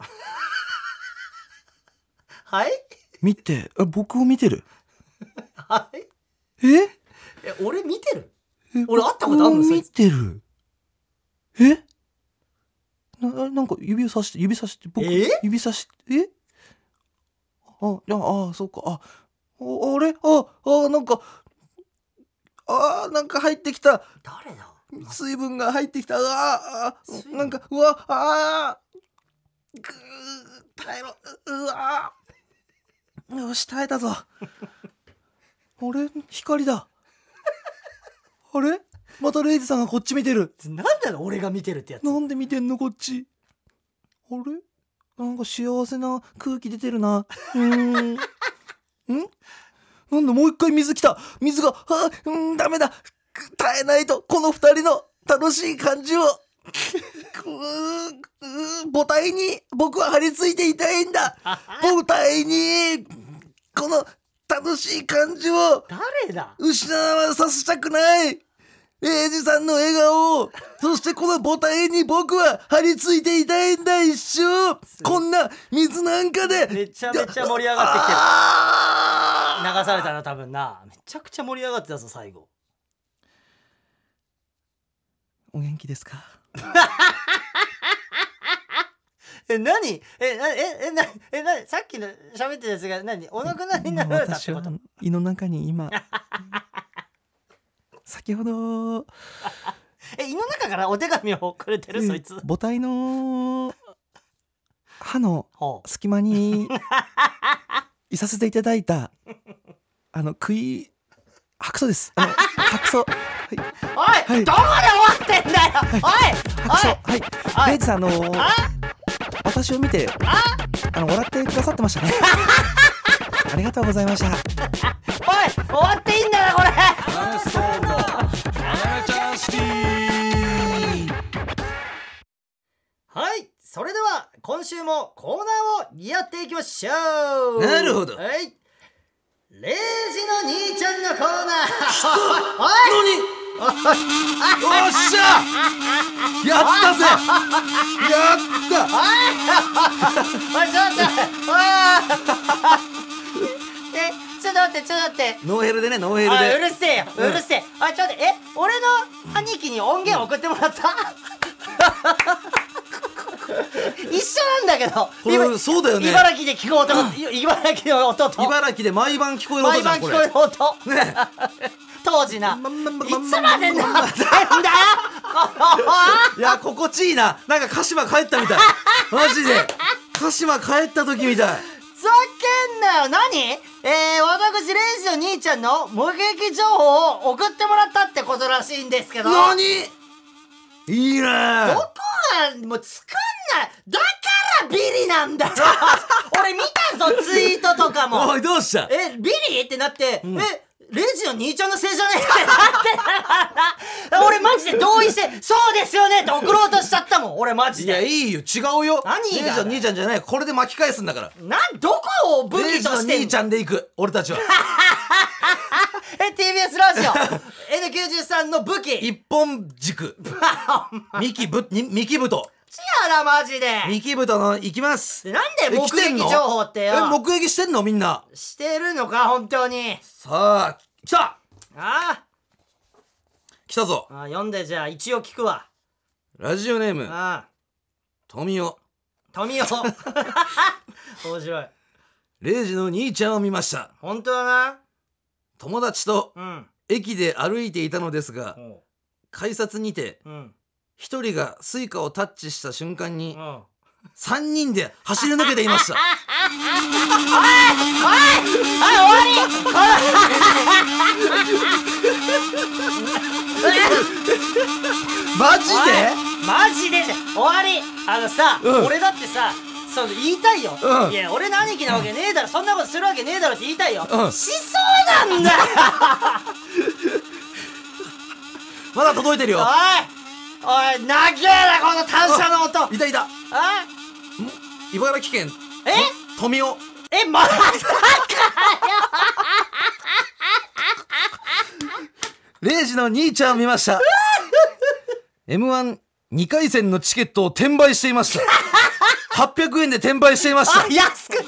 はい見てえ僕を見てるはいええ俺見てるえ俺会ったことあんの僕を見そいつてるえななんか指をさして指さして僕え指さしてえあいやあそうかあああれああなんかあなんか入ってきた誰だ水分が入ってきたうわあ水分なんかうわあぐー耐えろうわよし耐えたぞあれ光だあれまたレイジさんがこっち見てるなんだろ俺が見てるってやつ。 なんで見てんのこっちあれなんか幸せな空気出てるなうーんんなんだもう一回水来た水があうんダメだ耐えないとこの二人の楽しい感じをうー母体に僕は張り付いていたいんだ母体にこの楽しい感じを誰だ失わさせたくないレイジさんの笑顔をそしてこの母体に僕は張り付いていたいんだ一生こんな水なんかでめちゃめちゃ盛り上がってきてるあ流されたな多分なめちゃくちゃ盛り上がってたぞ最後。 お元気ですかえ何えなええなえなさっきの喋ってたやつが何お亡くなりになられたって私はこと。 胃の中に今先ほどえ胃の中からお手紙をくれてるそいつ。 母体の歯のほう隙間にいさせていただいたあの食い白素ですあの白素はいおい、 はいどこで終わってんだよ、おい白素はいおいレイジさんあのあ私を見てああの笑ってくださってましたねありがとうございましたおい終わっていいんだなこれ。 ナメストーンのナメちゃん式はいそれでは今週もコーナーをやっていきましょう。 なるほどはいレイジの兄ちゃんのコーナー。おい何おっしゃやったぜやったおいちょっと待っておいえちょっと待ってちょっと待ってノーヘルでねノーヘルあうでるせえようるせえ、あちょっと待ってえ俺の兄貴に音源送ってもらった、一緒なんだけどこれそうだよね茨城で聞こうと思って茨城の音と茨城で毎晩聞こえる音毎じゃんこれ晩聞こえる音ね当時ないまままつまでなってんだよいや心地いいななんか鹿島帰ったみたいマジで鹿島帰った時みたいふざけんなよ何えー、私レイジの兄ちゃんの目撃情報を送ってもらったってことらしいんですけど何いいねどこがもうつかんないだからビリなんだよ俺見たぞツイートとかもおいどうしたえビリってなって、 うんえレイジの兄ちゃんのせいじゃねえってなってたから俺マジで同意してそうですよねって送ろうとしちゃったもん俺マジいやでいいよ違うよ何がレイジの兄ちゃんじゃないこれで巻き返すんだからなんどこを武レイジの器としてん兄ちゃんで行く俺たちはえ ティービーエス ラジオ エヌきゅうじゅうさん の武器一本軸ミキブにミキブトちやらマジでミキブトの行きますでなんで目え来てんの撃情報ってよえ目撃してんのみんなしてるのか本当にさあ来たあ来たぞあ読んでじゃあ一応聞くわラジオネームあ富代富代面白い。 レイジの兄ちゃんを見ました。 本当だな。 友達とうん駅で歩いていたのですが、 おう改札にてうん一人がスイカをタッチした瞬間にうんさんにんで走り抜けていました。マジでマジでじゃ終わり。あのさ、 うん、 俺だってさそう言いたいよ、 うん、 いや俺の兄貴なわけねえだろ、そんなことするわけねえだろって言いたいよ、 うん、 しそうなんだよまだ届いてるよ。 おいおい、長えなこの単車の音。 いたいた。 あ茨城県え富代。 えまたかよレイジの兄ちゃんを見ました。エムワンに 回戦のチケットを転売していました。はっぴゃくえんで転売していました。 あ、安くえおい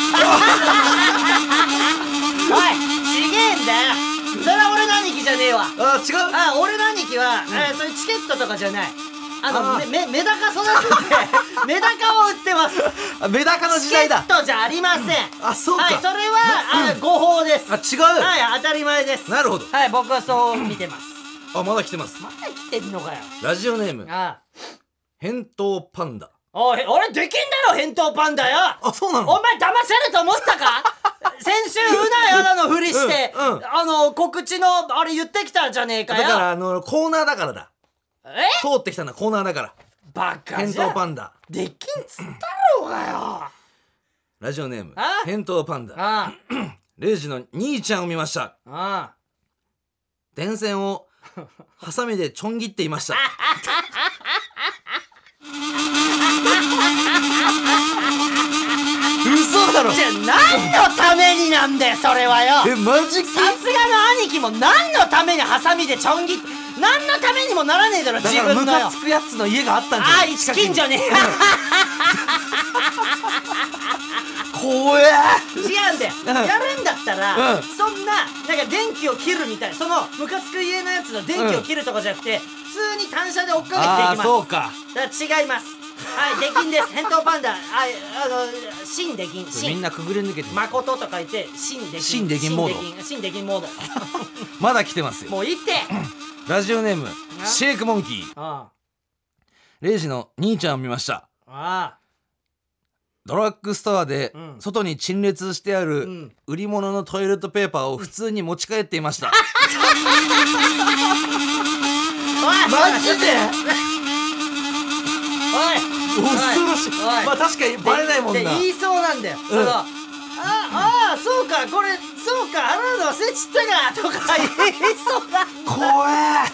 ちげえんだよ、それは俺の兄貴じゃねえわ。 あ、違う。 あ、俺の兄貴は、うん、えー、そういうチケットとかじゃない、あのあめめメダカ育ててメダカを売ってます。 あ、メダカの時代だ。 チケットじゃありません。 あ、そうか。 はい、それは、あ、誤報です。 あ、違う。 はい、当たり前です。 なるほど。 はい、僕はそう見てます。 あ、まだ来てます。 まだ来てんのかよ。 ラジオネームああ、 返答パンダ。 おい、俺できんだろ返答パンダよ。 あ、そうなの。 お前騙せると思ったか先週うなやだのふりして、うんうん、あの告知のあれ言ってきたじゃねえかよ。 だからあのコーナーだからだ。 え通ってきたのはコーナーだから。 バカじゃん。 返答パンダできんつったろうがよ。 ラジオネームあ返答パンダ。 あレイジの兄ちゃんを見ました。 ああ電線をハサミでちょん切っていました。嘘だろ。 じゃあ何のためになんだよそれはよ。 え、マジか。 さすがの兄貴も何のためにハサミでちょん切って何のためにもならねえだろ自分のよ。 だからムカつくやつの家があったんじゃない。 ああ、一近所に怖え。 違うんだよ、やるんだったら、 うん、 そんななんか電気を切るみたいな、そのムカつく家のやつの電気を切るとかじゃなくて、うん、普通に単車で追っかけていきます。 あ、そうか。 だから違います。はい、できんです。返答パンダ、あ、あの新できん、 みんなくぐり抜けて誠と書いて新できん、 新できんモード、 新できんモードまだ来てますよ。 もういいってラジオネームシェイクモンキー。 ああ、 レイジの兄ちゃんを見ました。 ああ、 ドラッグストアで外に陳列してある売り物のトイレットペーパーを普通に持ち帰っていました。マジでおい、 恐ろしい。まあ確かにバレないもんな。 言いそうなんだよ、うん、そのああ、そうか、これそうか、洗うの忘れちったかとか言いそうだ。 怖え。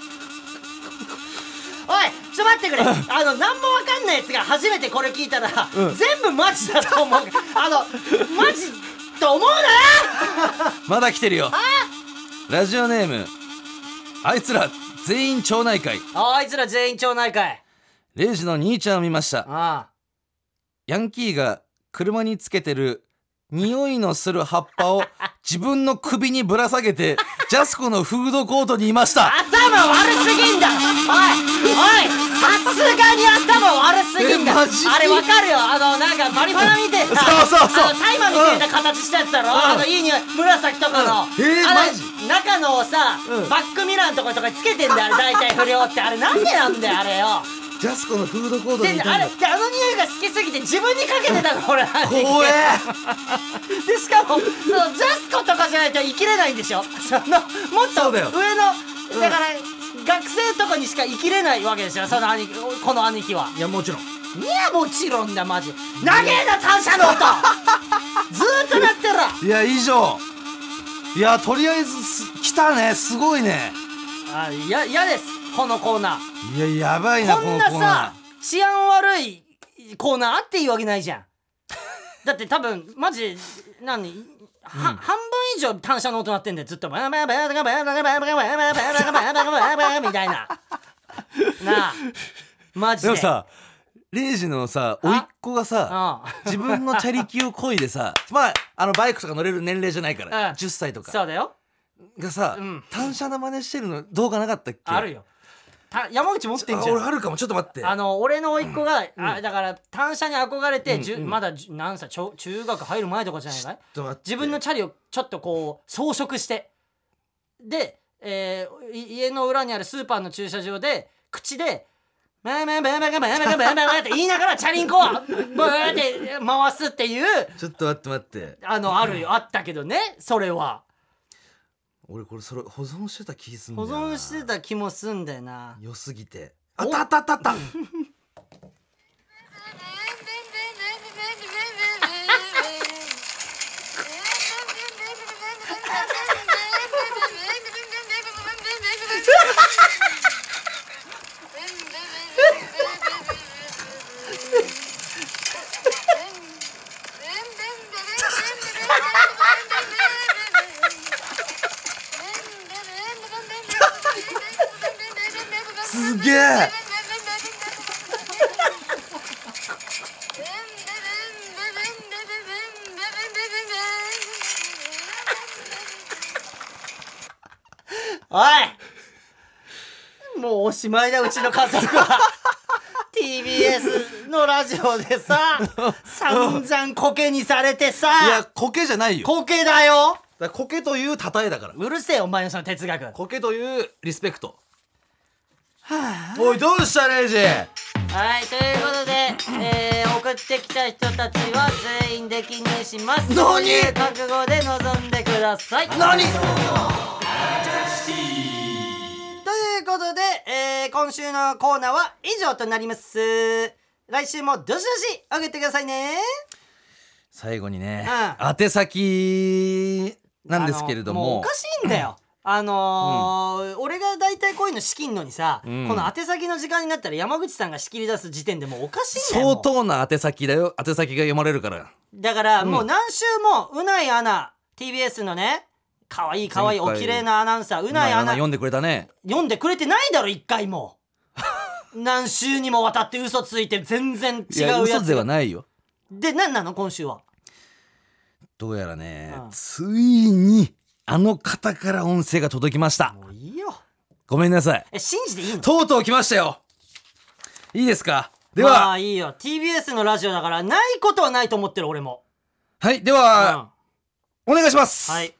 おい、ちょっと待ってくれ。あの何もわかんないやつが初めてこれ聞いたら、うん、全部マジだと思う。あのマジと思うなよ。 まだ来てるよ。ラジオネームあいつら全員町内会。 ああいつら全員町内会。 レイジの兄ちゃんを見ました。ああ、ヤンキーが車につけてる匂いのする葉っぱを自分の首にぶら下げてジャスコのフードコートにいました。 頭悪すぎんだ。おいおい、さすがに頭悪すぎんだ。あれわかるよ、あのなんかバリバラみてえなそうそうそう、 あのタイマーみたいな形したやつだろ、うん、あのいい匂い、紫とかの、 うん、えー、マジ中のさ、うん、バックミラーのところとかつけてんだよ、大体不良って。あれなんでなんだよあれよ。 ジャスコのフードコートにいたんだ。 あれってあの匂いが好きすぎて自分にかけてたの俺。 怖え。 でしかもそのジャスコとかじゃないと生きれないんでしょ。そのもっと上のだから、うん、学生とかにしか生きれないわけですよ、その兄貴、この兄貴は。 いやもちろん、 いやもちろんだ。マジ長えな単車の音ずーっと鳴ってる。 いや以上。いやとりあえず来たね、すごいね。 あ、いや嫌ですこのコーナー。いややばいな、 こんなさ、このコーナー治安悪いコーナーあっていいわけないじゃん。だって多分マジ何、うん、は半分以上単車の音鳴ってんだよ、ずっとみたいななあ、マジで。 でもさ、レイジのさ甥っ子がさ自分のチャリキを漕いでさまああのバイクとか乗れる年齢じゃないからじゅっさいとかそうだよがさ、うん、単車の真似してるの動画なかったっけ。 あるよ。 た山口持ってんじゃん。 俺あるかも。ちょっと待って。 あの俺の甥っ子が、うん、あだから単車に憧れて、うんうん、まだ何歳中学入る前とかじゃないかい。自分のチャリをちょっとこう装飾してで、えー、家の裏にあるスーパーの駐車場で口でバーバーバーバーバーバーバーバーバーって言いながらチャリンコをバーって回すっていう。 ちょっと待って待って。 あのあるよ、あったけどね、それは。俺これそれ保存してた気すんだよな。 保存してた気もすんだよな。 良すぎて。あったあったあったあったすげえ。 おい、もうおしまいだ、うちの家族は。ティービーエス のラジオでさ散々コケにされてさ。 いやコケじゃないよ。 コケだよ。 だコケというたたえだから。 うるせえお前のその哲学。 コケというリスペクト。はあ、おいどうしたレイジ。 はい、ということで、えー、送ってきた人たちは全員で記入します。 何？ 覚悟で臨んでください。 何？ ということで、えー、今週のコーナーは以上となります。来週もどしどし送ってくださいね。 最後にね、 うん、 宛先なんですけれども、 もうおかしいんだよ。あのーうん、俺が大体こういうの仕切んのにさ、うん、この宛先の時間になったら山口さんが仕切り出す時点でもうおかしいんだよ。 相当な宛先だよ。宛先が読まれるから。 だからもう何週もうないアナ ティービーエス のね、かわいいかわいいお綺麗なアナウンサーうないアナ読んでくれたね。 読んでくれてないだろ一回も。何週にもわたって嘘ついて全然違うやつ。いや嘘ではないよ。 で何なの今週は。 どうやらね、うん、ついにあの方から音声が届きました。 もういいよ。 ごめんなさい。 え信じていいの？ とうとう来ましたよ。いいですか。では、 まあいいよ。ティービーエス のラジオだからないことはないと思ってる俺も。 はいでは、うん、お願いします。 はい。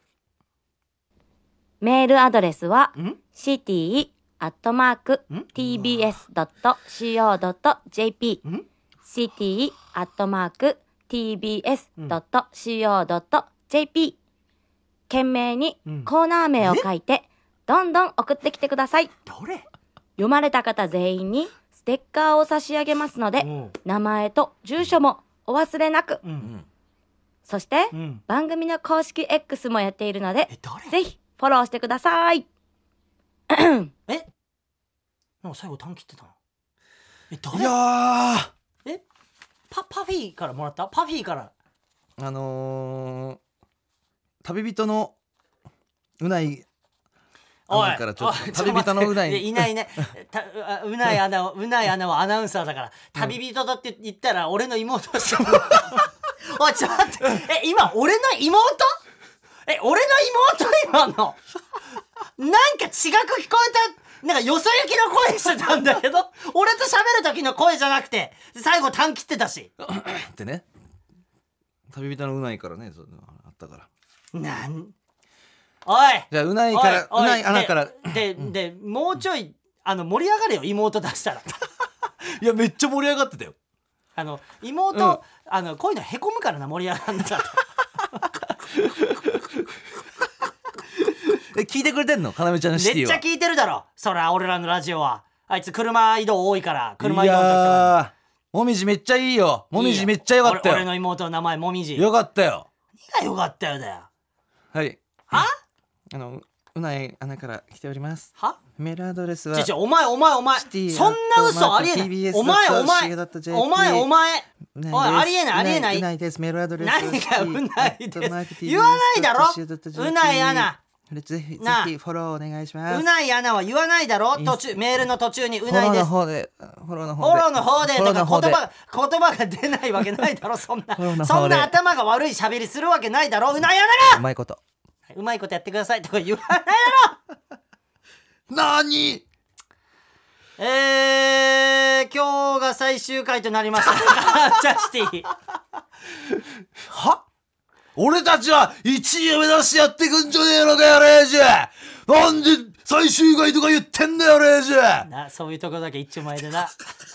メールアドレスは シティ アットマーク ティービーエス ドット シーオー ドット ジェーピー シティ アットマーク ティービーエス ドット シーオー ドット ジェーピー 懸命にコーナー名を書いて、うん、どんどん送ってきてください。 どれ？ 読まれた方全員にステッカーを差し上げますので、うん、名前と住所もお忘れなく、うん、そして、うん、番組の公式 X もやっているのでぜひフォローしてください。 えなんか最後短切ってたの？え誰？ いやえパパフィーからもらった？パフィーからあのー、旅人のうないおいからちょっと旅人のうないいないね。うないアナうないアナはアナウンサーだから旅人だって言ったら俺の妹だし。おいちょっと待って、え今俺の妹？え俺の妹今のなんか違く聞こえた。なんかよそ行きの声してたんだけど俺と喋る時の声じゃなくて最後短切ってたしってね。旅人のうないからねそうあったから。 なんおいじゃあうないからうないアナからで、で、うん、でもうちょいあの盛り上がれよ妹出したら。 いやめっちゃ盛り上がってたよ。 あの妹、うん、あのこういうのへこむからな盛り上がるんだ。 え聞いてくれてんの？かなめちゃんのシティは。 めっちゃ聞いてるだろそりゃ俺らのラジオは。あいつ車移動多いから車移動の時とかもみじめっちゃいいよ。もみじめっちゃよかったよ。 俺の妹の名前もみじ。 よかったよ。 何がよかったよだよ。 はいはあのうないアナから来ております。 はメールアドレスはちょちょお前お前お前そんな嘘ありえない。お前お前お前お前おいありえないありえない。 うないです。メールアドレス何がうないです言わないだろ。うないアナぜひぜひフォローお願いします。 うないアナは言わないだろ。途中メールの途中にうないです。 フォローの方でフォローの方でフォローの方でとか言葉言葉が出ないわけないだろ。そんなそんな頭が悪い喋りするわけないだろ。うないアナがうまいことうまいことやってくださいとか言わないだろ。 なにえー、今日が最終回となりましたジャスティは俺たちはいちいを目指してやってくんじゃねえのかよレイジ。なんで最終回とか言ってんだよレイジ。 な、そういうとこだけ一丁前でな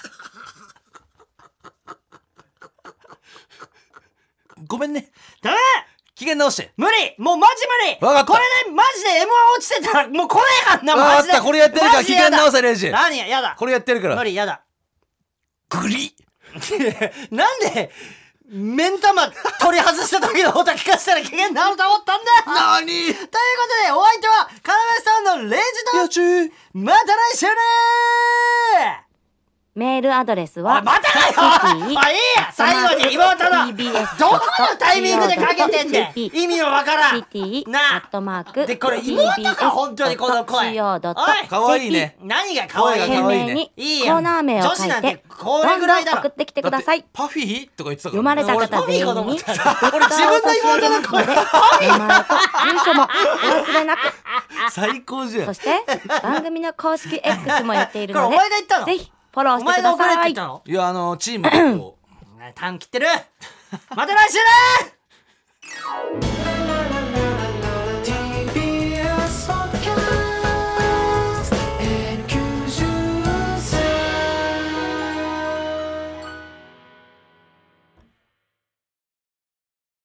ごめんね。 ダメ機嫌直して。 無理もうマジ無理わかった。 これでマジで エムワン 落ちてたらもう来ねえかんなマジで。 わかった、これやってるから機嫌直せレイジ。 何や、やだこれやってるから無理、やだグリなんで目ん玉取り外した時の音聞かせたら機嫌直ると思ったんだよなにということでお相手はカナメさんのレイジとやちーまた来週ねーメールアドレスはまたかよあ、いいや最後に妹のどこのタイミングでかけてんねん意味のわからんシティなアットマークでこれ妹か本当にこの声おいかわいいね。 何がかわいい声が可愛いねにコーナー名を書いてこれぐらいだろ送ってきてください。 パフィーとか言ってたから読まれた俺方全員に俺自分の妹の声名前と住所もお忘れなく。 最高じゃん。 そして番組の公式 X もやっているのこれお前が言ったのでぜひフォローおしてく前が送れってださい。 言ったのいやあのチームでこう短切ってるまた来週ね